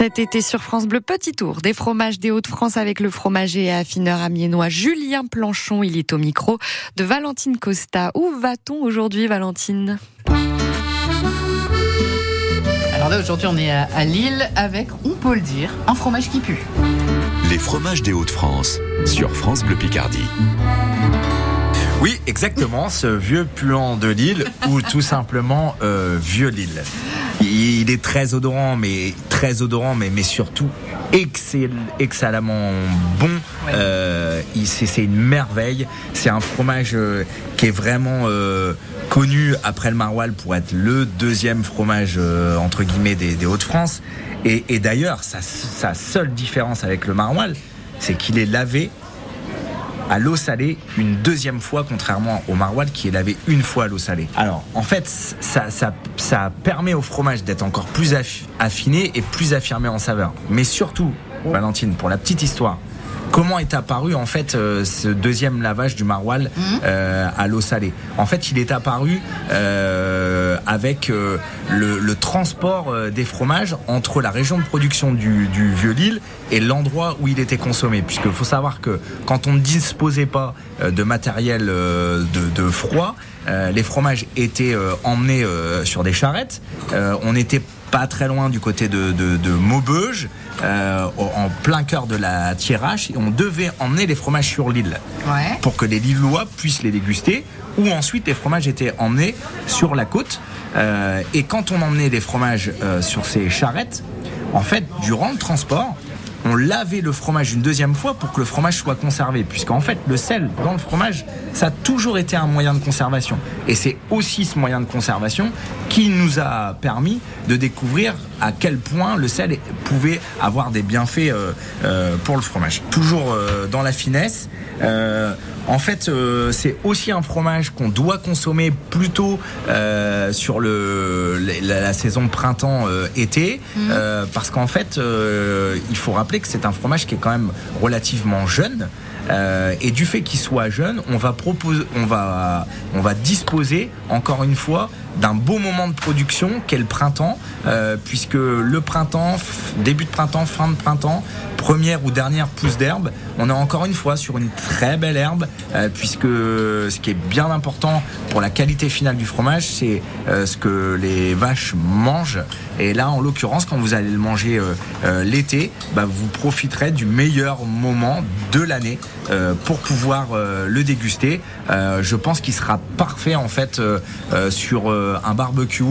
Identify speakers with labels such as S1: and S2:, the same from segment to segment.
S1: Cet été sur France Bleu, petit tour des fromages des Hauts-de-France avec le fromager et affineur amiénois Julien Planchon. Il est au micro de Valentine Costa. Où va-t-on aujourd'hui, Valentine ?
S2: Alors là, aujourd'hui, on est à Lille avec, on peut le dire, un fromage qui pue.
S3: Les fromages des Hauts-de-France sur France Bleu Picardie.
S4: Oui, exactement, ce vieux puant de Lille ou tout simplement vieux Lille. Il est très odorant, mais surtout excellemment bon. Ouais. C'est une merveille. C'est un fromage qui est vraiment connu après le maroilles pour être le deuxième fromage entre guillemets des Hauts-de-France. Et d'ailleurs, sa seule différence avec le maroilles, c'est qu'il est lavé à l'eau salée une deuxième fois, contrairement au maroilles qui est lavé une fois à l'eau salée. Alors, en fait, ça permet au fromage d'être encore plus affiné et plus affirmé en saveur. Mais surtout, Valentine, pour la petite histoire, comment est apparu en fait ce deuxième lavage du maroilles à l'eau salée ? En fait, il est apparu avec le transport des fromages entre la région de production du Vieux-Lille et l'endroit où il était consommé. Puisqu'il faut savoir que quand on ne disposait pas de matériel de froid, les fromages étaient emmenés sur des charrettes. On n'était pas très loin du côté de Maubeuge, en plein cœur de la Thiérache, et on devait emmener les fromages sur l'île pour que les Lillois puissent les déguster, ou ensuite les fromages étaient emmenés sur la côte, et quand on emmenait les fromages sur ces charrettes, en fait, durant le transport, on lavait le fromage une deuxième fois pour que le fromage soit conservé, puisqu'en fait le sel dans le fromage, ça a toujours été un moyen de conservation, et c'est aussi ce moyen de conservation qui nous a permis de découvrir à quel point le sel pouvait avoir des bienfaits pour le fromage. Toujours dans la finesse. En fait, c'est aussi un fromage qu'on doit consommer plutôt sur la saison printemps-été, parce qu'en fait, il faut rappeler que c'est un fromage qui est quand même relativement jeune. Et du fait qu'il soit jeune, on va disposer encore une fois d'un beau moment de production qu'est le printemps, puisque le printemps, début de printemps, fin de printemps, première ou dernière pousse d'herbe, on est encore une fois sur une très belle herbe, puisque ce qui est bien important pour la qualité finale du fromage, c'est ce que les vaches mangent. Et là, en l'occurrence, quand vous allez le manger l'été, vous profiterez du meilleur moment de l'année pour pouvoir le déguster. Je pense qu'il sera parfait en fait sur un barbecue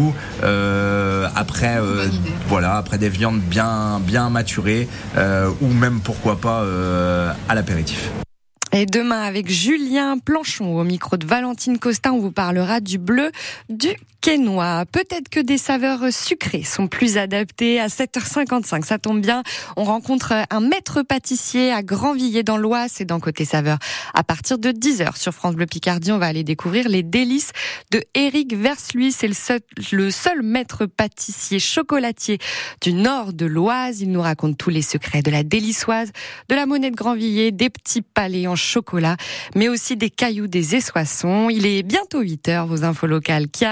S4: après des viandes bien maturées, ou même pourquoi pas à l'apéritif.
S1: Et demain, avec Julien Planchon, au micro de Valentine Costa, on vous parlera du bleu du Quesnoy. Peut-être que des saveurs sucrées sont plus adaptées. À 7h55, ça tombe bien, on rencontre un maître pâtissier à Grandvilliers dans l'Oise, c'est dans Côté Saveur. À partir de 10h sur France Bleu Picardie, on va aller découvrir les délices de Éric Versluis. C'est le seul maître pâtissier chocolatier du nord de l'Oise. Il nous raconte tous les secrets de la déliçoise, de la monnaie de Grandvilliers, des petits palais en chocolat, mais aussi des cailloux des Essoissons. Il est bientôt 8h, vos infos locales.